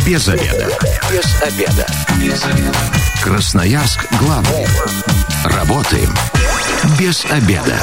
Без обеда. Без обеда. Без обеда. Красноярск главный. Работаем без обеда.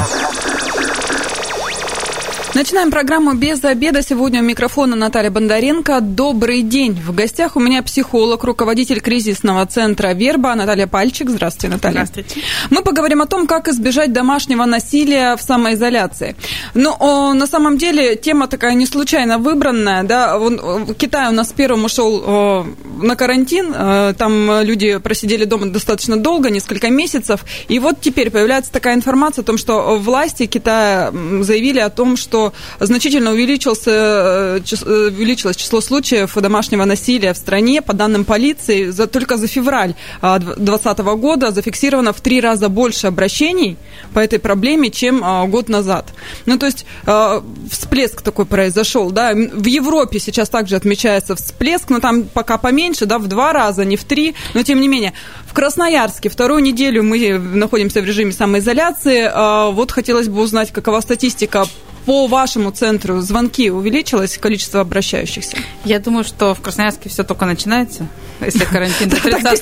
Начинаем программу «Без обеда». Сегодня у микрофона Наталья Бондаренко. Добрый день. В гостях у меня психолог, руководитель кризисного центра «Верба» Наталья Пальчик. Здравствуйте, Наталья. Здравствуйте. Мы поговорим о том, как избежать домашнего насилия в самоизоляции. Но на самом деле тема такая не случайно выбранная. Да? Китай у нас первым ушел на карантин. Там люди просидели дома достаточно долго, несколько месяцев. И вот теперь появляется такая информация о том, что власти Китая заявили о том, что значительно увеличилось число случаев домашнего насилия в стране. По данным полиции, только за февраль 2020 года зафиксировано в 3 раза больше обращений по этой проблеме, чем год назад. Ну, то есть всплеск такой произошел. Да? В Европе сейчас также отмечается всплеск, но там пока поменьше, да, в 2 раза, не в 3, но тем не менее. В Красноярске 2-ю неделю мы находимся в режиме самоизоляции. Вот хотелось бы узнать, какова статистика. По вашему центру звонки увеличилось количество обращающихся? Я думаю, что в Красноярске все только начинается. Если карантин до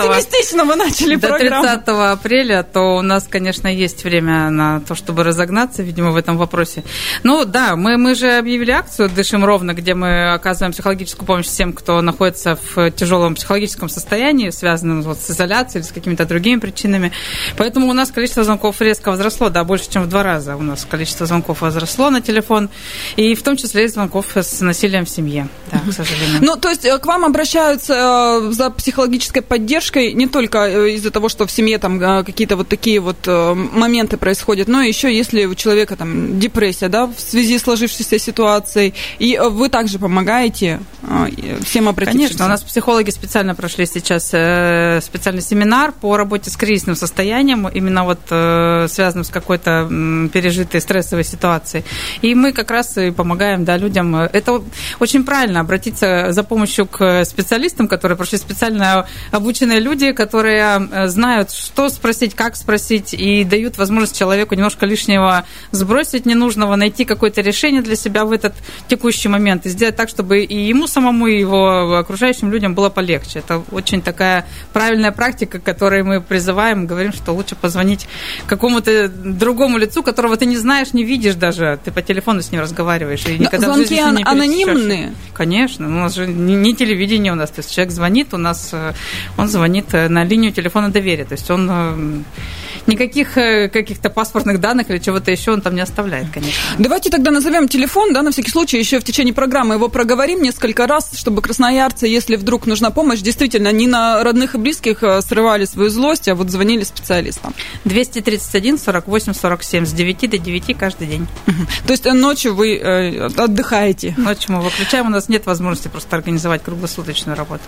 30 апреля, то у нас, конечно, есть время на то, чтобы разогнаться, видимо, в этом вопросе. Ну да, мы же объявили акцию «Дышим ровно», где мы оказываем психологическую помощь всем, кто находится в тяжелом психологическом состоянии, связанном вот с изоляцией или с какими-то другими причинами. Поэтому у нас количество звонков резко возросло, да, больше, чем в 2 раза у нас количество звонков возросло на телефон, и в том числе и звонков с насилием в семье, да, к сожалению. Ну, то есть к вам обращаются за психологической поддержкой не только из-за того, что в семье там какие-то вот такие вот моменты происходят, но еще если у человека там депрессия, да, в связи с сложившейся ситуацией, и вы также помогаете всем обратившимся. Конечно, у нас психологи специально прошли сейчас специальный семинар по работе с кризисным состоянием, именно вот связанным с какой-то пережитой стрессовой ситуацией. И мы как раз и помогаем, да, людям. Это очень правильно, обратиться за помощью к специалистам, которые прошли специально обученные люди, которые знают, что спросить, как спросить, и дают возможность человеку немножко лишнего сбросить ненужного, найти какое-то решение для себя в этот текущий момент и сделать так, чтобы и ему самому, и его окружающим людям было полегче. Это очень такая правильная практика, к которой мы призываем, говорим, что лучше позвонить какому-то другому лицу, которого ты не знаешь, не видишь даже, ты по телефону с ним разговариваешь. И никогда звонки анонимные? Конечно. У нас же не телевидение у нас. То есть человек звонит, у нас он звонит на линию телефона доверия. То есть он никаких каких-то паспортных данных или чего-то еще он там не оставляет, конечно. Давайте тогда назовем телефон, да, на всякий случай, еще в течение программы его проговорим несколько раз, чтобы красноярцы, если вдруг нужна помощь, действительно не на родных и близких срывали свою злость, а вот звонили специалистам. 231 48 47 с 9 до 9 каждый день. То есть ночью вы отдыхаете? Ночью мы выключаем, у нас нет возможности просто организовать круглосуточную работу.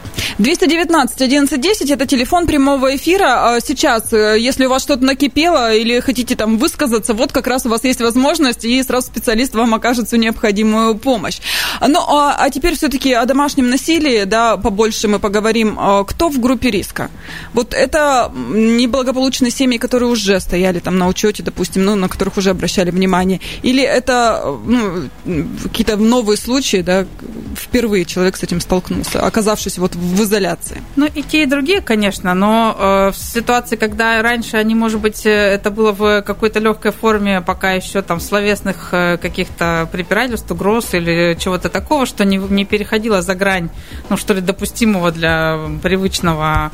219 11 10 – это телефон прямого эфира. Сейчас, если у вас что-то накипело или хотите там высказаться, вот как раз у вас есть возможность, и сразу специалист вам окажет всю необходимую помощь. Ну, а теперь все-таки о домашнем насилии, да, побольше мы поговорим. Кто в группе риска? Вот это неблагополучные семьи, которые уже стояли там на учете, допустим, ну, на которых уже обращали внимание, или это какие-то новые случаи, да, впервые человек с этим столкнулся, оказавшись вот в изоляции? Ну, и те, и другие, конечно, но в ситуации, когда раньше они, может быть, это было в какой-то легкой форме, пока еще там словесных каких-то препирательств, угроз или чего-то такого, что не переходило за грань, ну, что ли, допустимого для привычного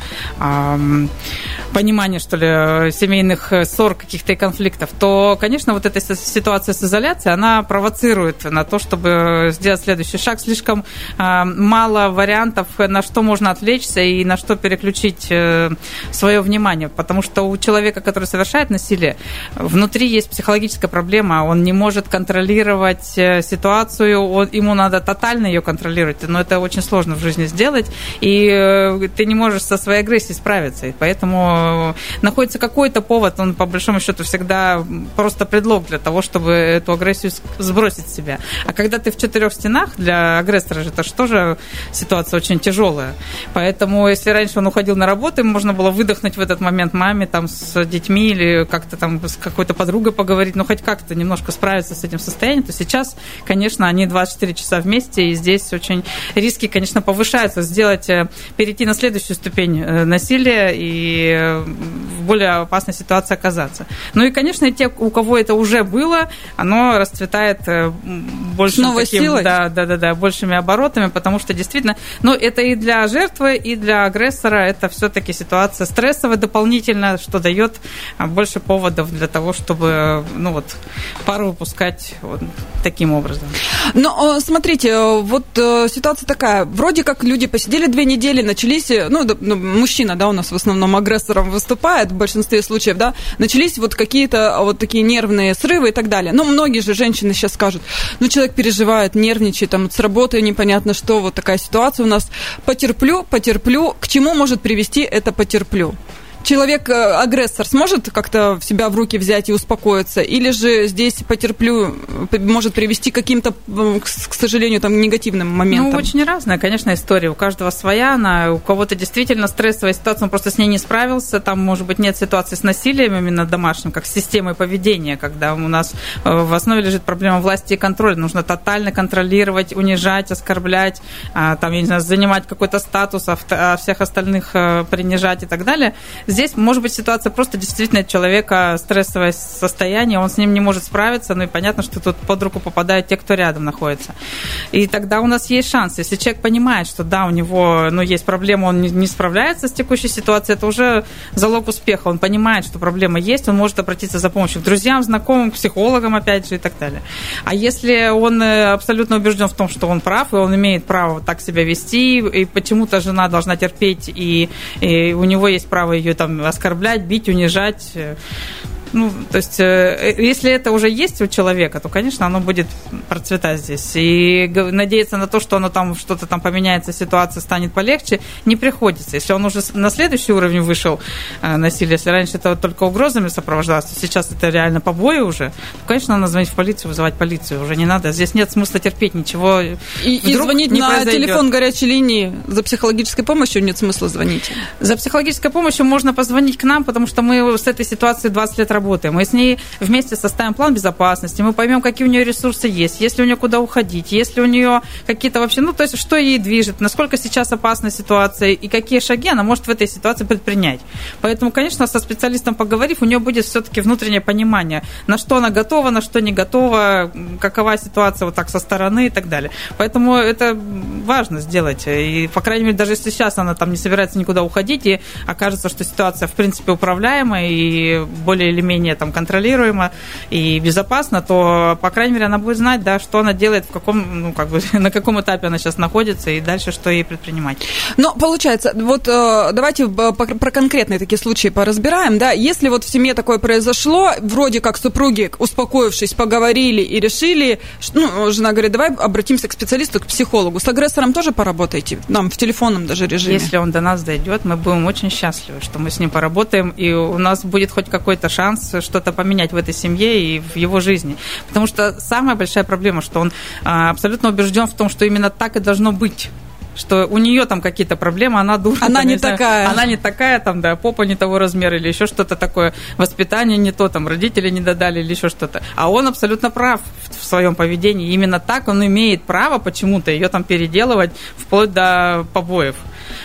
понимания, что ли, семейных ссор, каких-то и конфликтов, то, конечно, вот эта ситуация с изоляцией, она провоцирует на то, чтобы сделать следующий шаг. Слишком мало вариантов, на что можно отвлечься и на что переключить свое внимание, потому что у человека, который совершает насилие, внутри есть психологическая проблема, он не может контролировать ситуацию, ему надо тотально ее контролировать, но это очень сложно в жизни сделать, и ты не можешь со своей агрессией справиться, и поэтому находится какой-то повод, он по большому счету всегда просто предлог для того, чтобы эту агрессию сбросить с себя. А когда ты в 4 стенах, для агрессии агрессора же это же тоже ситуация очень тяжелая. Поэтому, если раньше он уходил на работу, ему можно было выдохнуть в этот момент маме там, с детьми или как-то там с какой-то подругой поговорить, хоть как-то немножко справиться с этим состоянием, то сейчас, конечно, они 24 часа вместе, и здесь очень риски, конечно, повышаются. Перейти на следующую ступень насилия и в более опасной ситуации оказаться. Ну и, конечно, те, у кого это уже было, оно расцветает большими оборотами, потому что действительно, это и для жертвы, и для агрессора это все-таки ситуация стрессовая дополнительно, что дает больше поводов для того, чтобы пару выпускать таким образом. Но смотрите, ситуация такая, вроде как люди посидели 2 недели, начались, мужчина, у нас в основном агрессором выступает в большинстве случаев, начались какие-то такие нервные срывы и так далее. Многие же женщины сейчас скажут, человек переживает, нервничает, с работы непонятно что, такая ситуация у нас, потерплю, к чему может привести это потерплю? Человек-агрессор сможет как-то себя в руки взять и успокоиться? Или же здесь потерплю может привести к каким-то, к сожалению, негативным моментам? Очень разная, конечно, история. У каждого своя. У кого-то действительно стрессовая ситуация, он просто с ней не справился. Там, может быть, нет ситуации с насилием именно домашним, как с системой поведения, когда у нас в основе лежит проблема власти и контроля. Нужно тотально контролировать, унижать, оскорблять, занимать какой-то статус, а всех остальных принижать и так далее. Здесь, может быть, ситуация просто действительно человека стрессовое состояние, он с ним не может справиться, и понятно, что тут под руку попадают те, кто рядом находится. И тогда у нас есть шанс. Если человек понимает, что у него есть проблема, он не справляется с текущей ситуацией, это уже залог успеха. Он понимает, что проблема есть, он может обратиться за помощью к друзьям, знакомым, к психологам, опять же, и так далее. А если он абсолютно убежден в том, что он прав, и он имеет право так себя вести, и почему-то жена должна терпеть, и у него есть право ее оскорблять, бить, унижать. То есть, если это уже есть у человека, то, конечно, оно будет процветать здесь. И надеяться на то, что оно что-то поменяется, ситуация станет полегче, не приходится. Если он уже на следующий уровень вышел насилия, если раньше это только угрозами сопровождалось, то сейчас это реально побои уже, то, конечно, надо звонить в полицию, вызывать полицию. Уже не надо. Здесь нет смысла терпеть ничего. И звонить на произойдет. Телефон горячей линии за психологической помощью нет смысла звонить? За психологической помощью можно позвонить к нам, потому что мы с этой ситуацией 20 лет работаем. Мы с ней вместе составим план безопасности, мы поймем, какие у нее ресурсы есть, есть ли у нее куда уходить, есть ли у нее какие-то вообще, то есть что ей движет, насколько сейчас опасна ситуация и какие шаги она может в этой ситуации предпринять. Поэтому, конечно, со специалистом поговорив, у нее будет все-таки внутреннее понимание, на что она готова, на что не готова, какова ситуация так со стороны и так далее. Поэтому это важно сделать. И, по крайней мере, даже если сейчас она не собирается никуда уходить и окажется, что ситуация, в принципе, управляемая и более или менее контролируемо и безопасно, то, по крайней мере, она будет знать, что она делает, в каком, на каком этапе она сейчас находится и дальше что ей предпринимать. Но получается, давайте про конкретные такие случаи поразбираем, если в семье такое произошло, вроде как супруги, успокоившись, поговорили и решили, жена говорит, давай обратимся к специалисту, к психологу. С агрессором тоже поработайте, в телефонном даже режиме. Если он до нас дойдет, мы будем очень счастливы, что мы с ним поработаем, и у нас будет хоть какой-то шанс что-то поменять в этой семье и в его жизни. Потому что самая большая проблема, что он абсолютно убежден в том, что именно так и должно быть. Что у нее какие-то проблемы, она дура. Она не такая. Она не такая, попа не того размера или еще что-то такое, воспитание не то, родители не додали или еще что-то. А он абсолютно прав в своем поведении. Именно так он имеет право почему-то ее переделывать вплоть до побоев.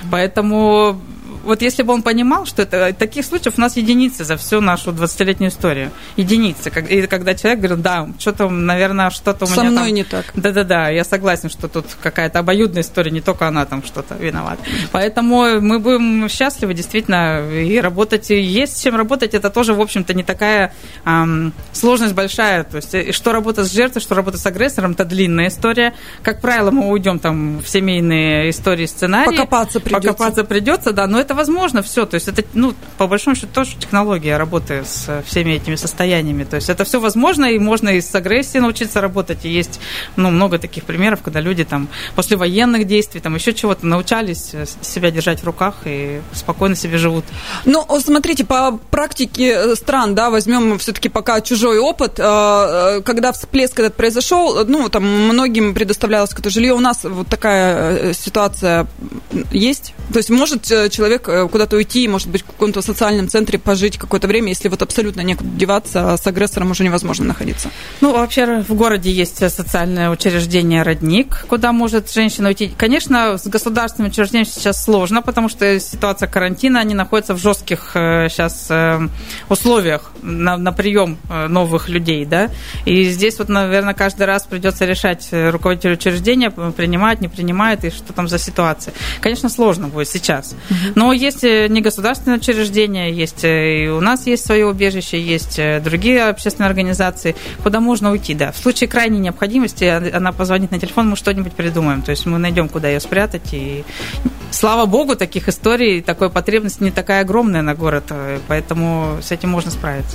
Поэтому если бы он понимал, что таких случаев у нас единицы за всю нашу 20-летнюю историю. Единицы. И когда человек говорит, что-то, наверное, что-то у меня со мной не так. Да, я согласен, что тут какая-то обоюдная история, не только она что-то виновата. Поэтому мы будем счастливы, действительно, и работать. И есть с чем работать, это тоже, в общем-то, не такая сложность большая. То есть, что работа с жертвой, что работа с агрессором, это длинная история. Как правило, мы уйдем в семейные истории, сценарии. Покопаться придется, но это это возможно все. То есть это, по большому счету, тоже технология работы с всеми этими состояниями. То есть это все возможно, и можно и с агрессией научиться работать. И есть много таких примеров, когда люди там после военных действий, там еще чего-то научались себя держать в руках и спокойно себе живут. Смотрите, по практике стран, да, возьмем все-таки пока чужой опыт, когда всплеск этот произошел, там многим предоставлялось какое-то жилье. У нас вот такая ситуация есть? То есть может человек куда-то уйти, может быть, в каком-то социальном центре пожить какое-то время, если вот абсолютно некуда деваться, а с агрессором уже невозможно находиться? Вообще в городе есть социальное учреждение «Родник», куда может женщина уйти. Конечно, с государственным учреждением сейчас сложно, потому что ситуация карантина, они находятся в жестких сейчас условиях на прием новых людей, да, и здесь наверное, каждый раз придется решать руководителю учреждения, принимает, не принимает, и что там за ситуация. Конечно, сложно будет сейчас. Но есть негосударственные учреждения, есть и у нас есть свое убежище, есть другие общественные организации, куда можно уйти, да. В случае крайней необходимости она позвонит на телефон, мы что-нибудь придумаем. То есть мы найдем, куда ее спрятать. И слава богу, таких историй, такой потребность не такая огромная на город, поэтому с этим можно справиться.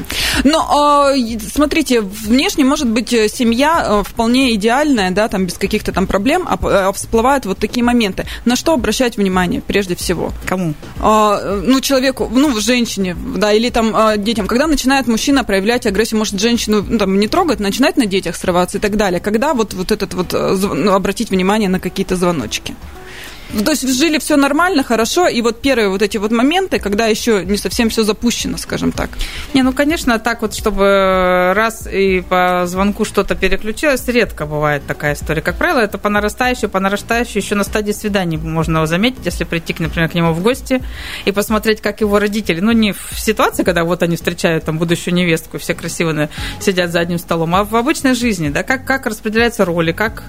Но смотрите, внешне может быть семья вполне идеальная, да, там без каких-то там проблем, а всплывают вот такие моменты. На что обращать внимание прежде всего? Кому? Человеку, женщине, да, или там детям. Когда начинает мужчина проявлять агрессию, может женщину не трогать, начинает на детях срываться и так далее. Когда вот этот обратить внимание на какие-то звоночки? То есть жили все нормально, хорошо, и вот первые вот эти вот моменты, когда еще не совсем все запущено, скажем так. Конечно, так вот, чтобы раз и по звонку что-то переключилось, редко бывает такая история. Как правило, это по нарастающей, еще на стадии свиданий можно заметить, если прийти, например, к нему в гости и посмотреть, как его родители, не в ситуации, когда вот они встречают там будущую невестку, все красиво сидят за одним столом, а в обычной жизни, да, как распределяются роли, как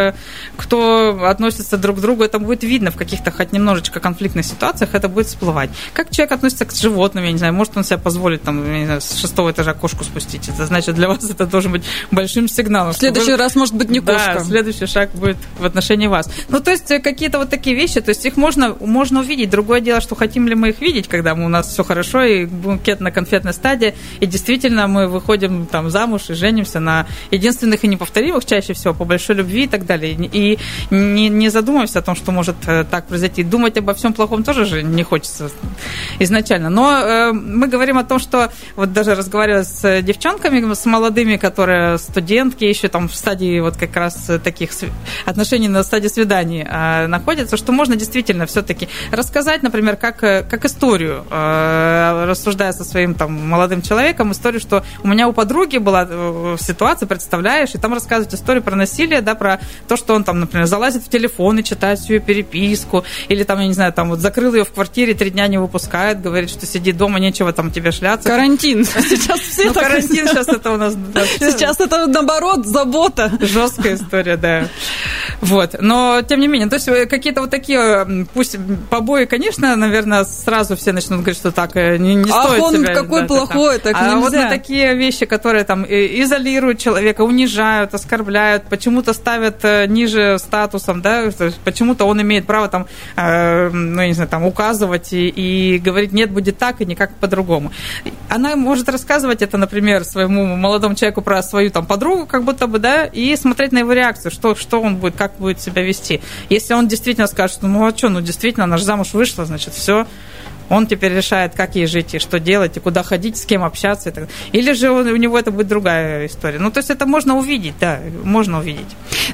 кто относится друг к другу, это будет видно в каких-то хоть немножечко конфликтных ситуациях, это будет всплывать. Как человек относится к животным, я не знаю, может он себе позволит с 6-го этажа кошку спустить. Это значит, для вас это должен быть большим сигналом. В следующий раз может быть не кошка. Да, следующий шаг будет в отношении вас. То есть какие-то вот такие вещи, то есть их можно увидеть. Другое дело, что хотим ли мы их видеть, когда у нас все хорошо, и букетно-конфетная стадия, и действительно мы выходим там замуж и женимся на единственных и неповторимых чаще всего, по большой любви и так далее. И не задумываемся о том, что может так произойти. Думать обо всем плохом тоже же не хочется изначально. Но мы говорим о том, что вот даже разговаривая с девчонками, с молодыми, которые студентки, еще там в стадии вот как раз таких отношений на стадии свиданий находятся, что можно действительно все-таки рассказать, например, как историю, рассуждая со своим там молодым человеком, историю, что у меня у подруги была ситуация, представляешь, и там рассказывать историю про насилие, да, про то, что он там, например, залазит в телефон и читает всю переписку, или там, я не знаю, там вот закрыл ее в квартире, 3 дня не выпускает, говорит, что сиди дома, нечего там тебе шляться. Карантин. Сейчас все так. Карантин сейчас это у нас... Сейчас это, наоборот, забота. Жесткая история, да. Вот. Но, тем не менее, то есть какие-то вот такие, пусть побои, конечно, наверное, сразу все начнут говорить, что так не стоит он себя... какой плохой, так нельзя. А вот на такие вещи, которые там изолируют человека, унижают, оскорбляют, почему-то ставят ниже статусом, да, почему-то он имеет право там, я не знаю, там указывать и говорить, нет, будет так и никак по-другому. Она может рассказывать это, например, своему молодому человеку про свою там подругу, как будто бы, да, и смотреть на его реакцию, что он будет, как будет себя вести. Если он действительно скажет, что, действительно, она же замуж вышла, значит, все. Он теперь решает, как ей жить, и что делать, и куда ходить, с кем общаться. Или же у него это будет другая история. То есть это можно увидеть, да, можно увидеть.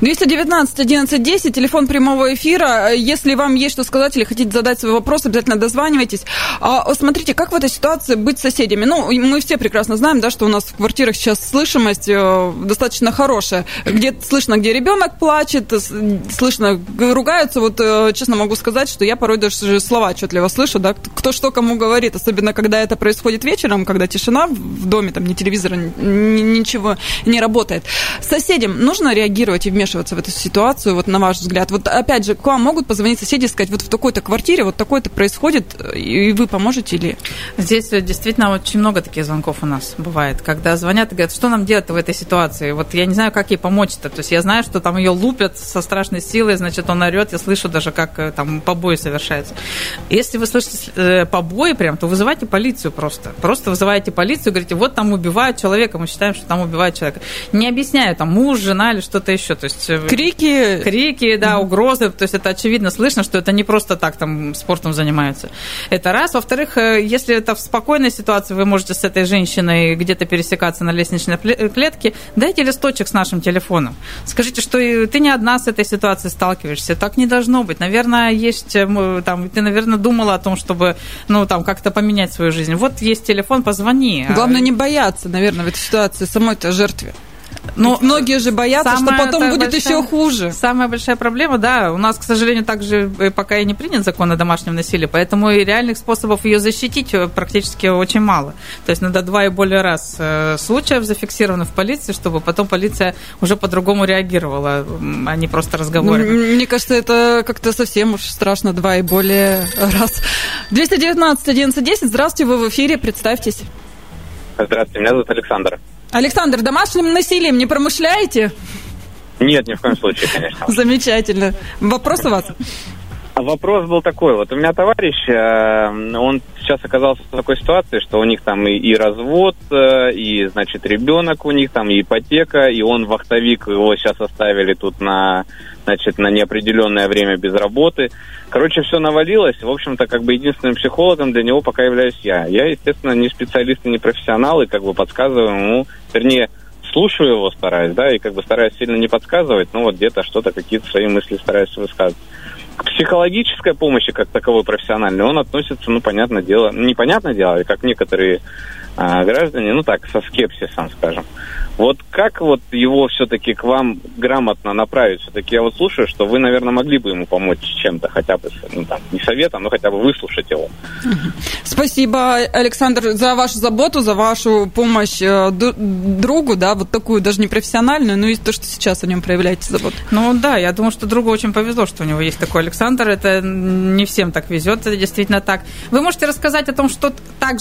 219-11-10, телефон прямого эфира. Если вам есть что сказать или хотите задать свой вопрос, обязательно дозванивайтесь. Смотрите, как в этой ситуации быть соседями? Мы все прекрасно знаем, да, что у нас в квартирах сейчас слышимость достаточно хорошая. Слышно, где ребенок плачет, слышно, ругаются. Вот честно могу сказать, что я порой даже слова отчетливо слышу, да, кто что кому говорит, особенно когда это происходит вечером, когда тишина в доме, там ни телевизора, ничего не работает. Соседям нужно реагировать и вмешиваться в эту ситуацию, вот на ваш взгляд? Вот опять же, к вам могут позвонить соседи и сказать, вот в такой-то квартире вот такое-то происходит, и вы поможете или? Здесь действительно очень много таких звонков у нас бывает, когда звонят и говорят, что нам делать в этой ситуации? Вот я не знаю, как ей помочь-то. То есть я знаю, что там ее лупят со страшной силой, значит, он орет, я слышу даже, как там побои совершаются. Если вы слышите побои прям, то вызывайте полицию просто. Просто вызывайте полицию, говорите, вот там убивают человека, мы считаем, что там убивают человека. Не объясняю, там муж, жена или что-то еще. То есть крики, да, угрозы. То есть это очевидно слышно, что это не просто так там спортом занимаются. Это раз. Во-вторых, если это в спокойной ситуации, вы можете с этой женщиной где-то пересекаться на лестничной клетке, дайте листочек с нашим телефоном. Скажите, что ты не одна с этой ситуацией сталкиваешься. Так не должно быть. Наверное, есть там, ты, наверное, думала о том, чтобы, ну, там, как-то поменять свою жизнь. Вот есть телефон, позвони. Главное не бояться, наверное, в этой ситуации самой-то жертве. Но многие же боятся, что потом будет еще хуже. Самая большая проблема, да, у нас, к сожалению, также пока и не принят закон о домашнем насилии, поэтому и реальных способов ее защитить практически очень мало. То есть надо 2 и более раз случаев зафиксировано в полиции, чтобы потом полиция уже по-другому реагировала, а не просто разговорами. Мне кажется, это как-то совсем уж страшно, 2 и более раз. 219-11-10, здравствуйте, вы в эфире, представьтесь. Здравствуйте, меня зовут Александр. Александр, домашним насилием не промышляете? Нет, ни в коем случае, конечно. Замечательно. Вопрос у вас? Вопрос был такой. Вот у меня товарищ, он сейчас оказался в такой ситуации, что у них там и развод, и, значит, ребенок у них, там и ипотека, и он вахтовик, его сейчас оставили тут на неопределенное время без работы. Короче, все навалилось. В общем-то, как бы единственным психологом для него пока являюсь я. Я, естественно, не специалист и не профессионал, и как бы подсказываю ему, вернее, слушаю его, стараюсь, да, и как бы стараюсь сильно не подсказывать, но вот где-то что-то, какие-то свои мысли стараюсь высказывать. К психологической помощи, как таковой профессиональной, он относится, ну, понятное дело, а как некоторые граждане, ну так, со скепсисом, скажем. Вот как вот его все-таки к вам грамотно направить? Все-таки я вот слушаю, что вы, наверное, могли бы ему помочь чем-то, хотя бы, ну, там, не советом, но хотя бы выслушать его. Спасибо, Александр, за вашу заботу, за вашу помощь другу, да, вот такую, даже не профессиональную, но и то, что сейчас о нем проявляете заботу. Ну да, я думаю, что другу очень повезло, что у него есть такой Александр, это не всем так везет, это действительно так. Вы можете рассказать о том, что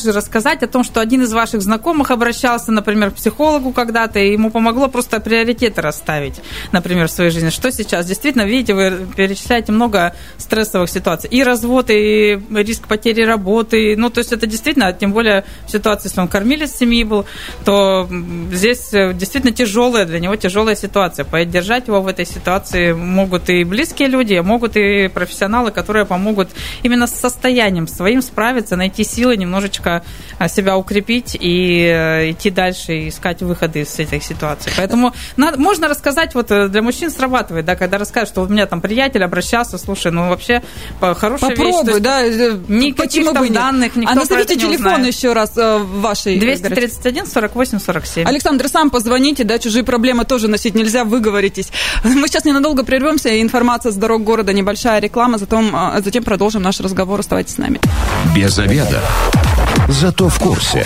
один из ваших знакомых обращался, например, к психологу когда-то, и ему помогло просто приоритеты расставить, например, в своей жизни. Что сейчас? Действительно, видите, вы перечисляете много стрессовых ситуаций. И развод, и риск потери работы. Ну, то есть это действительно, тем более в ситуации, если он кормилец семьи был, то здесь действительно для него тяжелая ситуация. Поддержать его в этой ситуации могут и близкие люди, могут и профессионалы, которые помогут именно с состоянием своим справиться, найти силы, немножечко себя укрепить и идти дальше, и искать выходы из этой ситуации. Поэтому можно рассказать, вот для мужчин срабатывает, да, когда расскажут, что у меня там приятель обращался, слушай, ну вообще хорошая попробуй, вещь. Да, никаких там данных, никто про это не узнает. А назовите телефон еще раз вашей. 231 48 47. Александр, сам позвоните, да, чужие проблемы тоже носить нельзя, выговоритесь. Мы сейчас ненадолго прервемся, информация с дорог города, небольшая реклама, затем продолжим наш разговор, оставайтесь с нами. Без обеда. Зато в курсе.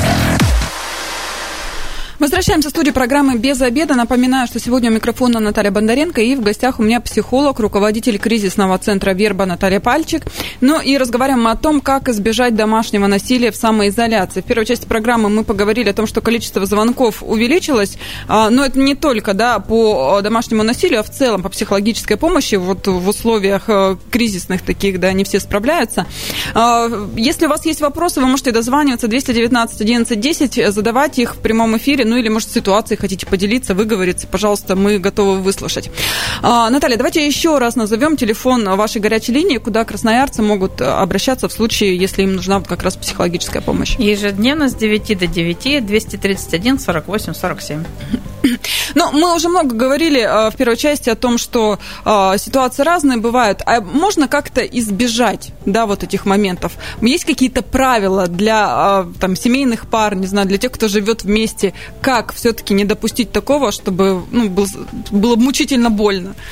Возвращаемся в студию программы «Без обеда». Напоминаю, что сегодня у микрофона Наталья Бондаренко, и в гостях у меня психолог, руководитель кризисного центра «Верба» Наталья Пальчик. Ну и разговариваем мы о том, как избежать домашнего насилия в самоизоляции. В первой части программы мы поговорили о том, что количество звонков увеличилось, но это не только, да, по домашнему насилию, а в целом по психологической помощи. Вот в условиях кризисных таких, да, не все справляются. Если у вас есть вопросы, вы можете дозваниваться 219-11-10, задавать их в прямом эфире. Ну или, может, ситуацией хотите поделиться, выговориться, пожалуйста, мы готовы выслушать. Наталья, давайте еще раз назовем телефон вашей горячей линии, куда красноярцы могут обращаться в случае, если им нужна как раз психологическая помощь. Ежедневно с 9 до 9, 231 48 47. Ну, мы уже много говорили в первой части о том, что ситуации разные бывают. А можно как-то избежать, да, вот этих моментов? Есть какие-то правила для там, семейных пар, не знаю, для тех, кто живет вместе? Как все-таки не допустить такого, чтобы было мучительно больно?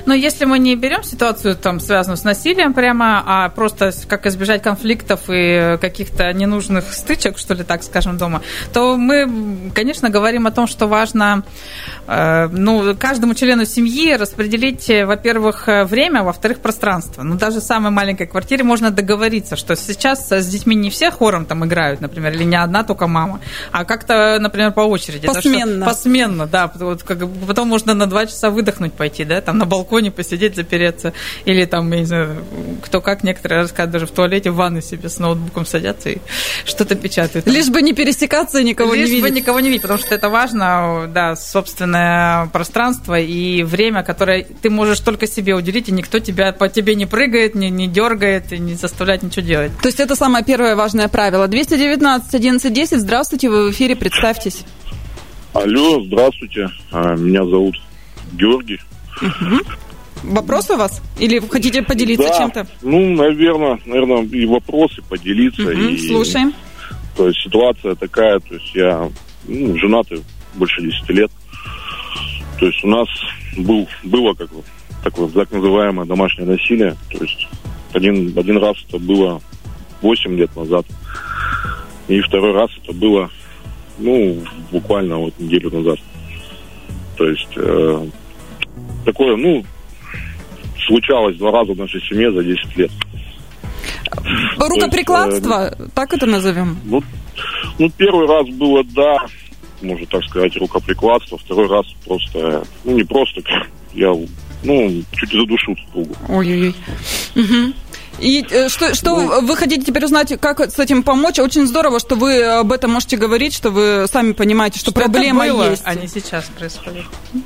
Но если мы не берем ситуацию, там, связанную с насилием прямо, а просто как избежать конфликтов и каких-то ненужных стычек, что ли, так скажем, дома, то мы, конечно, говорим о том, что важно каждому члену семьи распределить, во-первых, время, во-вторых, пространство. Даже в самой маленькой квартире можно договориться, что сейчас с детьми не все хором там играют, например, или не одна только мама, а как-то, например, по очереди. Посменно. Посменно, да. Потом можно на 2 часа выдохнуть пойти, да, там на балконе посидеть, запереться, или там, я не знаю, кто как, некоторые рассказывают, даже в туалете, в ванной себе с ноутбуком садятся и что-то печатают. Лишь бы не пересекаться и никого не видеть. Лишь бы никого не видеть, потому что это важно, да, собственное пространство и время, которое ты можешь только себе уделить, и никто по тебе не прыгает, не дергает и не заставляет ничего делать. То есть это самое первое важное правило. 219-11-10, здравствуйте, вы в эфире, представьтесь. Алло, здравствуйте, меня зовут Георгий. Вопрос у вас? Или вы хотите поделиться чем-то? Наверное, и вопросы, поделиться. Слушаем. То есть ситуация такая, то есть я женатый больше 10 лет. То есть у нас было такое так называемое домашнее насилие. То есть один раз это было 8 лет назад. И второй раз это было, буквально неделю назад. То есть такое, случалось 2 раза в нашей семье за 10 лет. Рукоприкладство, так это назовем? Первый раз было, да, можно так сказать, рукоприкладство. Второй раз просто, не просто, я, чуть не задушил супругу. Ой-ой-ой. Угу. И что вы хотите теперь узнать, как с этим помочь? Очень здорово, что вы об этом можете говорить, что вы сами понимаете, что проблема это было, есть. А не сейчас происходит.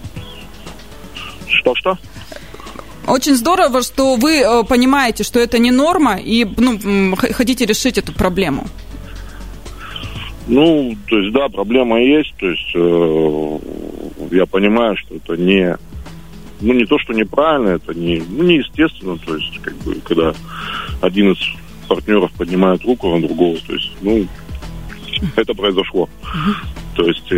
Что? Очень здорово, что вы понимаете, что это не норма, и хотите решить эту проблему. То есть, да, проблема есть. То есть, я понимаю, что это не то, что неправильно, это неестественно. То есть, когда один из партнеров поднимает руку на другого, то есть, это произошло. То есть,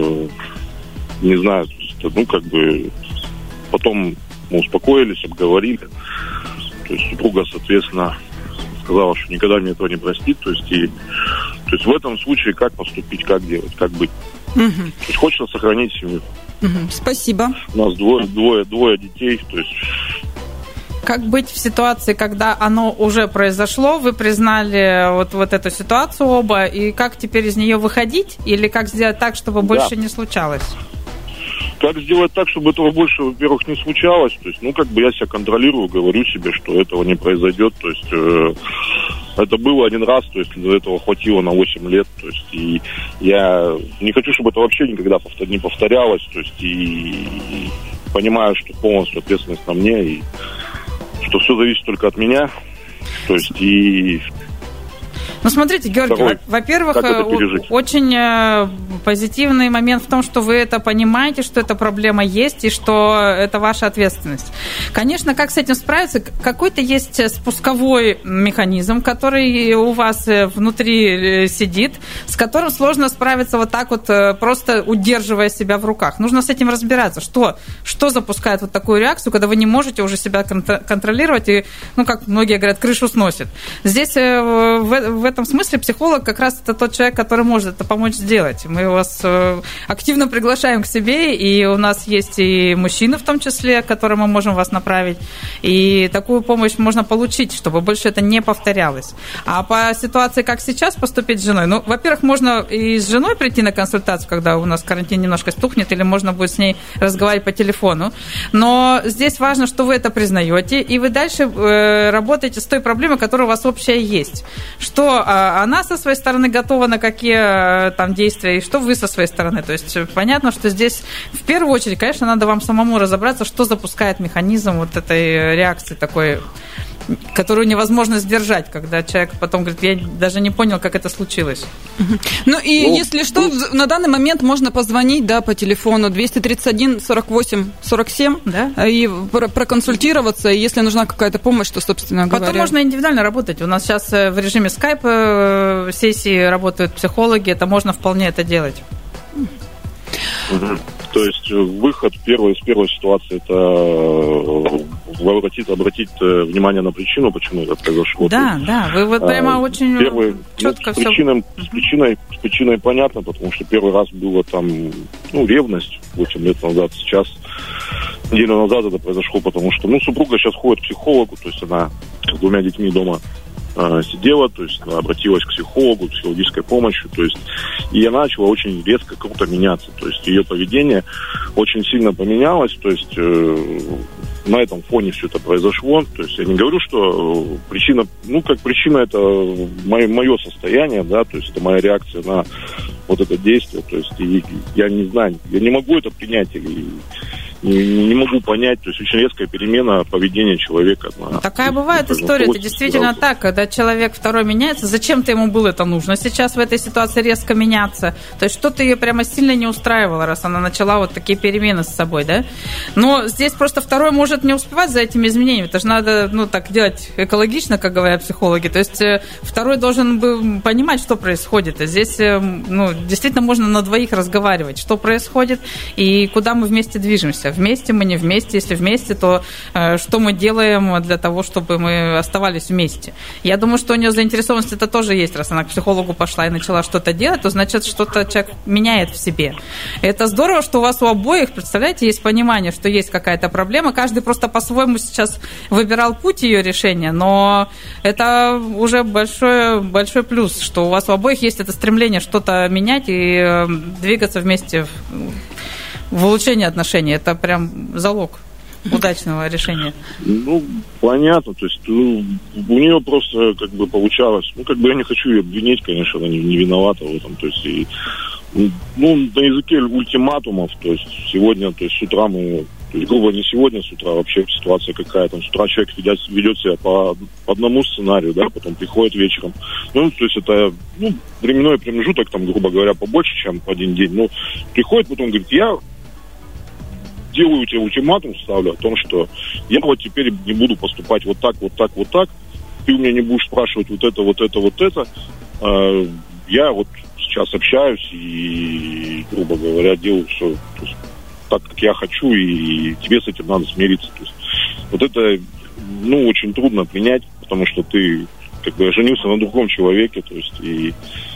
не знаю, то есть, потом мы успокоились, обговорили. То есть супруга, соответственно, сказала, что никогда мне этого не простит. То есть в этом случае как поступить, как делать, как быть. То есть хочется сохранить семью. Спасибо. У нас двое детей. То есть... Как быть в ситуации, когда оно уже произошло, вы признали вот эту ситуацию оба, и как теперь из нее выходить? Или как сделать так, чтобы больше не случалось? Как сделать так, чтобы этого больше, во-первых, не случалось? То есть, я себя контролирую, говорю себе, что этого не произойдет. То есть, это было один раз, то есть, для этого хватило на 8 лет. То есть, и я не хочу, чтобы это вообще никогда не повторялось. То есть, и понимаю, что полностью ответственность на мне, и что все зависит только от меня. То есть, и... Смотрите, Георгий, во-первых, очень позитивный момент в том, что вы это понимаете, что эта проблема есть и что это ваша ответственность. Конечно, как с этим справиться? Какой-то есть спусковой механизм, который у вас внутри сидит, с которым сложно справиться вот так просто удерживая себя в руках. Нужно с этим разбираться. Что запускает вот такую реакцию, когда вы не можете уже себя контролировать и, как многие говорят, крышу сносит. Здесь в этом смысле психолог как раз это тот человек, который может это помочь сделать. Мы вас активно приглашаем к себе, и у нас есть и мужчины в том числе, к которым мы можем вас направить, и такую помощь можно получить, чтобы больше это не повторялось. А по ситуации, как сейчас поступить с женой? Во-первых, можно и с женой прийти на консультацию, когда у нас карантин немножко стухнет, или можно будет с ней разговаривать по телефону. Но здесь важно, что вы это признаете, и вы дальше работаете с той проблемой, которая у вас общая есть. Что она со своей стороны готова на какие там действия, и что вы со своей стороны. То есть понятно, что здесь в первую очередь, конечно, надо вам самому разобраться, что запускает механизм вот этой реакции такой, которую невозможно сдержать, когда человек потом говорит, я даже не понял, как это случилось. Если что, на данный момент можно позвонить, по телефону 231 48 47, и проконсультироваться, и если нужна какая-то помощь, то, собственно говоря... Потом можно индивидуально работать. У нас сейчас в режиме скайп сессии работают психологи, это можно вполне это делать. То есть выход с первой ситуации – это обратить внимание на причину, почему это произошло. Да, вы вот прямо очень четко все... С причиной понятно, потому что первый раз было там, ревность 8 лет назад, сейчас, неделю назад это произошло, потому что, супруга сейчас ходит к психологу, то есть она с 2 детьми дома сидела, то есть она обратилась к психологу, психологической помощью, то есть и она начала очень резко, круто меняться, то есть ее поведение очень сильно поменялось, то есть на этом фоне все это произошло, то есть я не говорю, что причина, причина это мое состояние, да, то есть это моя реакция на вот это действие, то есть и я не знаю, я не могу это принять или не могу понять, то есть очень резкая перемена поведения человека. Такая бывает история, это действительно так, когда человек второй меняется, зачем-то ему было это нужно сейчас в этой ситуации резко меняться, то есть что-то ее прямо сильно не устраивало, раз она начала вот такие перемены с собой, да, но здесь просто второй может не успевать за этими изменениями, это же надо, так делать экологично, как говорят психологи, то есть второй должен бы понимать, что происходит, и здесь, действительно можно на двоих разговаривать, что происходит и куда мы вместе движемся. Вместе мы, не вместе. Если вместе, то что мы делаем для того, чтобы мы оставались вместе? Я думаю, что у нее заинтересованность это тоже есть. Раз она к психологу пошла и начала что-то делать, то значит, что-то человек меняет в себе. Это здорово, что у вас у обоих, представляете, есть понимание, что есть какая-то проблема. Каждый просто по-своему сейчас выбирал путь ее решения, но это уже большой плюс, что у вас у обоих есть это стремление что-то менять и двигаться вместе в улучшение отношений. Это прям залог удачного решения. Понятно. То есть у нее просто получалось... я не хочу ее обвинить, конечно, она не виновата в этом. То есть, на языке ультиматумов, то есть сегодня, то есть с утра мы... То есть, грубо, не сегодня с утра, вообще ситуация какая. Там с утра человек ведет себя по одному сценарию, да, потом приходит вечером. То есть это, временной промежуток, там, грубо говоря, побольше, чем один день. Приходит, потом говорит, я делаю тебе ультиматум, ставлю о том, что я вот теперь не буду поступать вот так, ты у меня не будешь спрашивать вот это. Я вот сейчас общаюсь и, грубо говоря, делаю все так, как я хочу, и тебе с этим надо смириться. То есть, вот это, очень трудно принять, потому что ты, женился на другом человеке, то есть, и...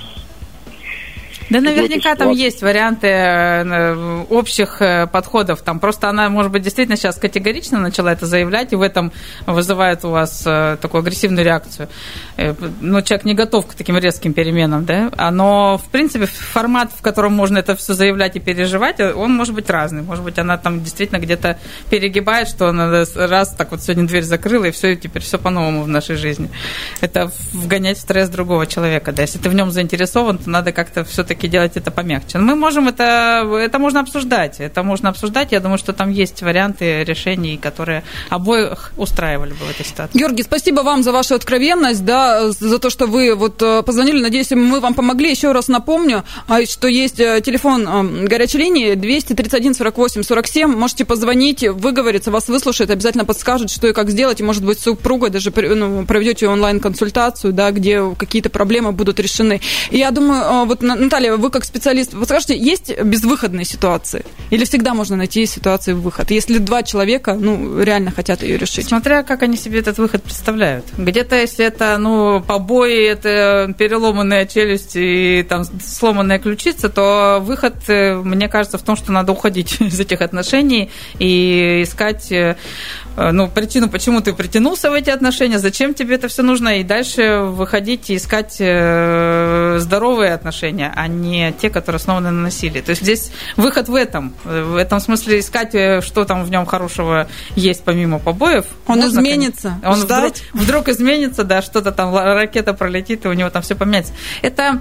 Да, наверняка там есть варианты общих подходов. Там просто она, может быть, действительно сейчас категорично начала это заявлять, и в этом вызывает у вас такую агрессивную реакцию. Человек не готов к таким резким переменам, да? Но, в принципе, формат, в котором можно это все заявлять и переживать, он может быть разный. Может быть, она там действительно где-то перегибает, что она раз так вот сегодня дверь закрыла, и все, и теперь все по-новому в нашей жизни. Это вгонять в стресс другого человека, да? Если ты в нем заинтересован, то надо как-то все-таки делать это помягче. Но мы можем это можно обсуждать. Я думаю, что там есть варианты решений, которые обоих устраивали бы в этой ситуации. Георгий, спасибо вам за вашу откровенность, да, за то, что вы позвонили. Надеюсь, мы вам помогли. Еще раз напомню, что есть телефон горячей линии 231 48 47. Можете позвонить, выговориться, вас выслушают, обязательно подскажут, что и как сделать. И, может быть, с супругой даже проведете онлайн-консультацию, да, где какие-то проблемы будут решены. И я думаю, Наталья, вы как специалист, подскажите, есть безвыходные ситуации? Или всегда можно найти ситуации в выход? Если два человека, реально хотят ее решить? Смотря как они себе этот выход представляют. Где-то, если это, побои, это переломанная челюсть и там сломанная ключица, то выход, мне кажется, в том, что надо уходить из этих отношений и искать причину, почему ты притянулся в эти отношения, зачем тебе это все нужно, и дальше выходить и искать здоровые отношения, а не те, которые основаны на насилии. То есть здесь выход в этом смысле искать, что там в нем хорошего есть помимо побоев. Он изменится. Он вдруг изменится, да, что-то там, ракета пролетит, и у него там все поменяется. Это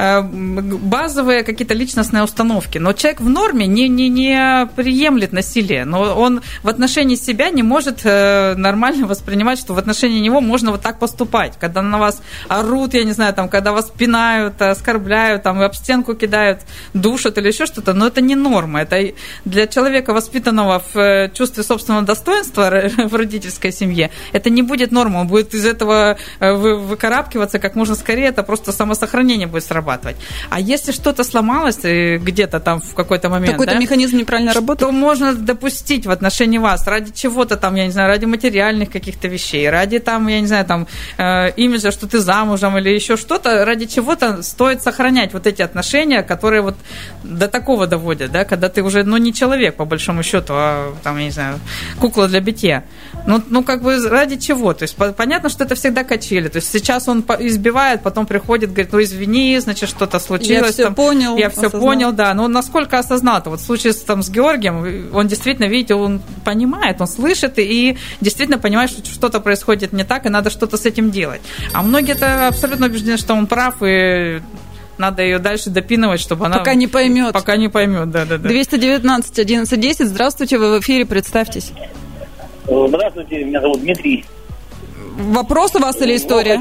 базовые какие-то личностные установки. Но человек в норме не приемлет насилие, но он в отношении себя не может нормально воспринимать, что в отношении него можно вот так поступать, когда на вас орут, я не знаю, там, когда вас пинают, оскорбляют, там, стенку кидают, душат или еще что-то, но это не норма. Это для человека, воспитанного в чувстве собственного достоинства в родительской семье, это не будет нормой. Он будет из этого выкарабкиваться как можно скорее, это просто самосохранение будет срабатывать. А если что-то сломалось где-то там в какой-то момент, какой-то механизм неправильно работает, то можно допустить в отношении вас ради чего-то там, я не знаю, ради материальных каких-то вещей, ради там, я не знаю, там имиджа, что ты замужем или еще что-то, ради чего-то стоит сохранять вот эти отношения, которые вот до такого доводят, да, когда ты уже, не человек по большому счету, а там, я не знаю, кукла для битья. Ну, как бы ради чего? То есть понятно, что это всегда качели. То есть сейчас он избивает, потом приходит, говорит, извини, значит, что-то случилось. Я все понял, да. Но насколько осознал-то? Вот в случае с Георгием, он действительно, видите, он понимает, он слышит и действительно понимает, что что-то происходит не так, и надо что-то с этим делать. А многие-то абсолютно убеждены, что он прав, и надо ее дальше допинывать, чтобы она... Пока не поймет. Пока не поймет, да. 219 11 10. Здравствуйте, вы в эфире, представьтесь. Здравствуйте, меня зовут Дмитрий. Вопрос у вас или история?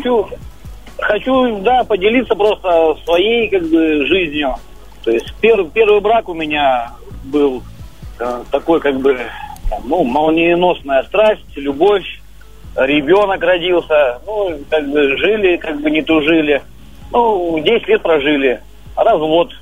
Хочу, поделиться просто своей, жизнью. То есть первый брак у меня был такой, молниеносная страсть, любовь, ребенок родился. Жили, не тужили. 10 лет прожили. Развод.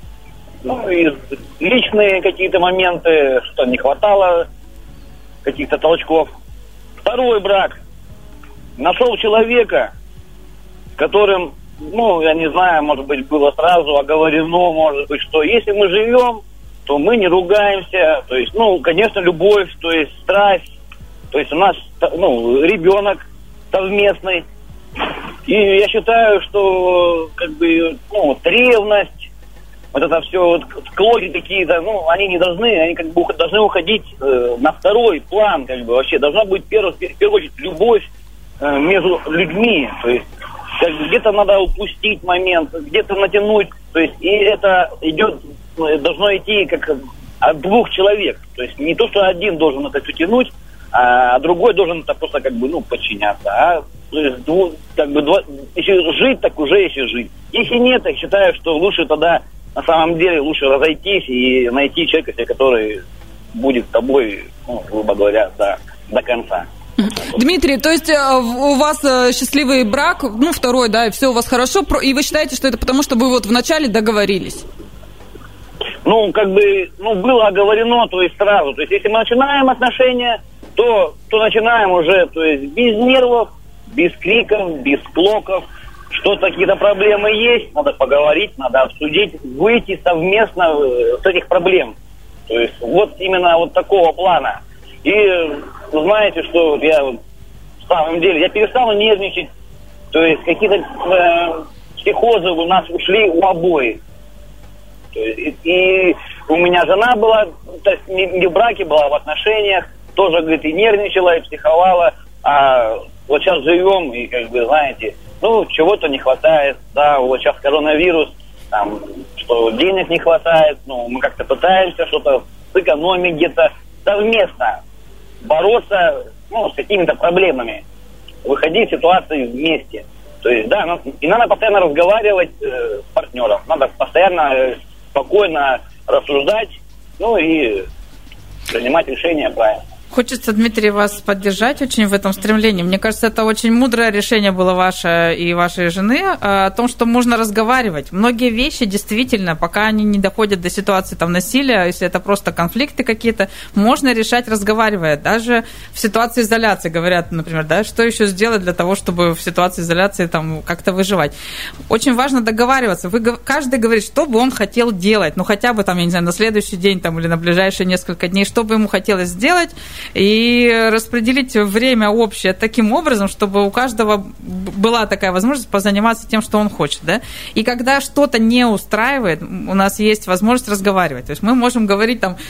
И личные какие-то моменты, что не хватало каких-то толчков. Второй брак. Нашел человека, с которым, я не знаю, может быть, было сразу оговорено, может быть, что если мы живем, то мы не ругаемся. То есть, конечно, любовь, то есть страсть. То есть у нас, ребенок совместный. И я считаю, что, ревность, вот это все, склоки какие-то, они не должны, они должны уходить на второй план, вообще. Должна быть, в первую очередь, любовь между людьми. То есть, где-то надо упустить момент, где-то натянуть. То есть, и это должно идти как от двух человек. То есть, не то, что один должен это все тянуть, а другой должен это просто, подчиняться. А то есть, если жить, так уже если жить. Если нет, я считаю, что лучше тогда, на самом деле, лучше разойтись и найти человека, который будет с тобой, грубо говоря, до конца. Дмитрий, то есть у вас счастливый брак, второй, да, и все у вас хорошо, и вы считаете, что это потому, что вы вот вначале договорились? Было оговорено, то есть сразу. То есть, если мы начинаем отношения, то начинаем уже, то есть, без нервов, без криков, без склоков. Что-то, какие-то проблемы есть, надо поговорить, надо обсудить, выйти совместно с этих проблем. То есть, вот именно вот такого плана. И знаете, что я в самом деле, я перестал нервничать. То есть, какие-то психозы у нас ушли у обоих. То есть, и у меня жена была, то есть не в браке, была в отношениях, тоже, говорит, и нервничала, и психовала. А вот сейчас живем, и, знаете, чего-то не хватает, да, вот сейчас коронавирус, что денег не хватает, мы как-то пытаемся что-то сэкономить где-то, совместно бороться, с какими-то проблемами, выходить из ситуации вместе. То есть, да, и надо постоянно разговаривать с партнером, надо постоянно спокойно рассуждать, и принимать решения правильно. Хочется, Дмитрий, вас поддержать очень в этом стремлении. Мне кажется, это очень мудрое решение было ваше и вашей жены о том, что можно разговаривать. Многие вещи действительно, пока они не доходят до ситуации насилия, если это просто конфликты какие-то, можно решать, разговаривая. Даже в ситуации изоляции говорят, например, да, что еще сделать для того, чтобы в ситуации изоляции как-то выживать. Очень важно договариваться. Каждый говорит, что бы он хотел делать. Хотя бы, я не знаю, на следующий день или на ближайшие несколько дней, что бы ему хотелось сделать, и распределить время общее таким образом, чтобы у каждого была такая возможность позаниматься тем, что он хочет. Да? И когда что-то не устраивает, у нас есть возможность разговаривать. То есть мы можем говорить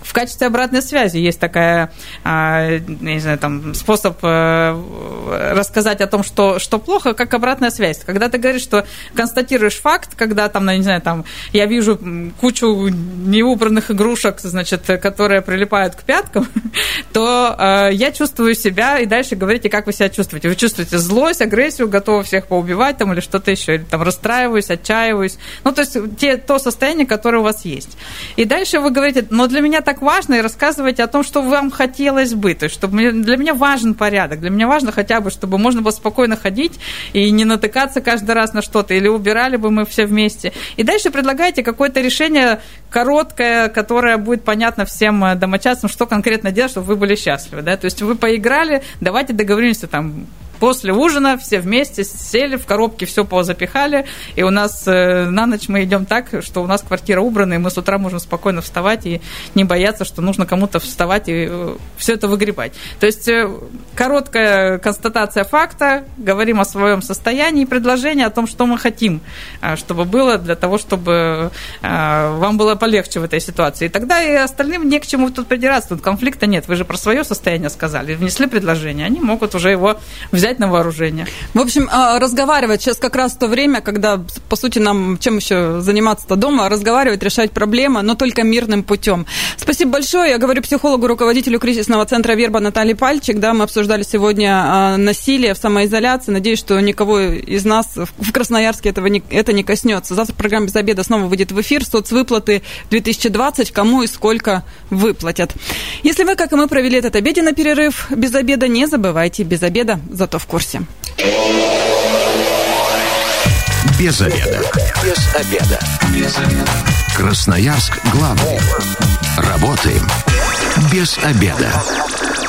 В качестве обратной связи есть такая, не знаю, там, способ рассказать о том, что плохо, как обратная связь. Когда ты говоришь, что констатируешь факт, когда там, не знаю, там, я вижу кучу неубранных игрушек, значит, которые прилипают к пяткам, то я чувствую себя, и дальше говорите, как вы себя чувствуете. Вы чувствуете злость, агрессию, готовы всех поубивать там, или что-то еще, или там расстраиваюсь, отчаиваюсь. Ну, то есть то состояние, которое у вас есть. И дальше вы говорите, но для меня так важно, и рассказываете о том, что вам хотелось бы. То есть, чтобы для меня важен порядок, для меня важно хотя бы, чтобы можно было спокойно ходить и не натыкаться каждый раз на что-то, или убирали бы мы все вместе. И дальше предлагаете какое-то решение короткое, которое будет понятно всем домочадцам, что конкретно делать, чтобы вы были счастливы. Да? То есть вы поиграли, давайте договоримся там, после ужина все вместе сели, в коробке все позапихали, и у нас на ночь мы идем так, что у нас квартира убрана, и мы с утра можем спокойно вставать и не бояться, что нужно кому-то вставать и все это выгребать. То есть короткая констатация факта, говорим о своем состоянии, предложение о том, что мы хотим, чтобы было для того, чтобы вам было полегче в этой ситуации. И тогда и остальным не к чему тут придираться, тут конфликта нет. Вы же про свое состояние сказали, внесли предложение, они могут уже его взять на вооружение. В общем, разговаривать сейчас как раз то время, когда, по сути, нам чем еще заниматься-то дома, разговаривать, решать проблемы, но только мирным путем. Спасибо большое. Я говорю психологу, руководителю кризисного центра «Верба» Наталье Пальчик. Да, мы обсуждали сегодня насилие в самоизоляции. Надеюсь, что никого из нас в Красноярске это не коснется. Завтра программа «Без обеда» снова выйдет в эфир. Соцвыплаты 2020. Кому и сколько выплатят. Если вы, как и мы, провели этот обеденный перерыв без обеда, не забывайте, без обеда зато в курсе. Без обеда. Без обеда. Без обеда. Красноярск главный. Работаем без обеда.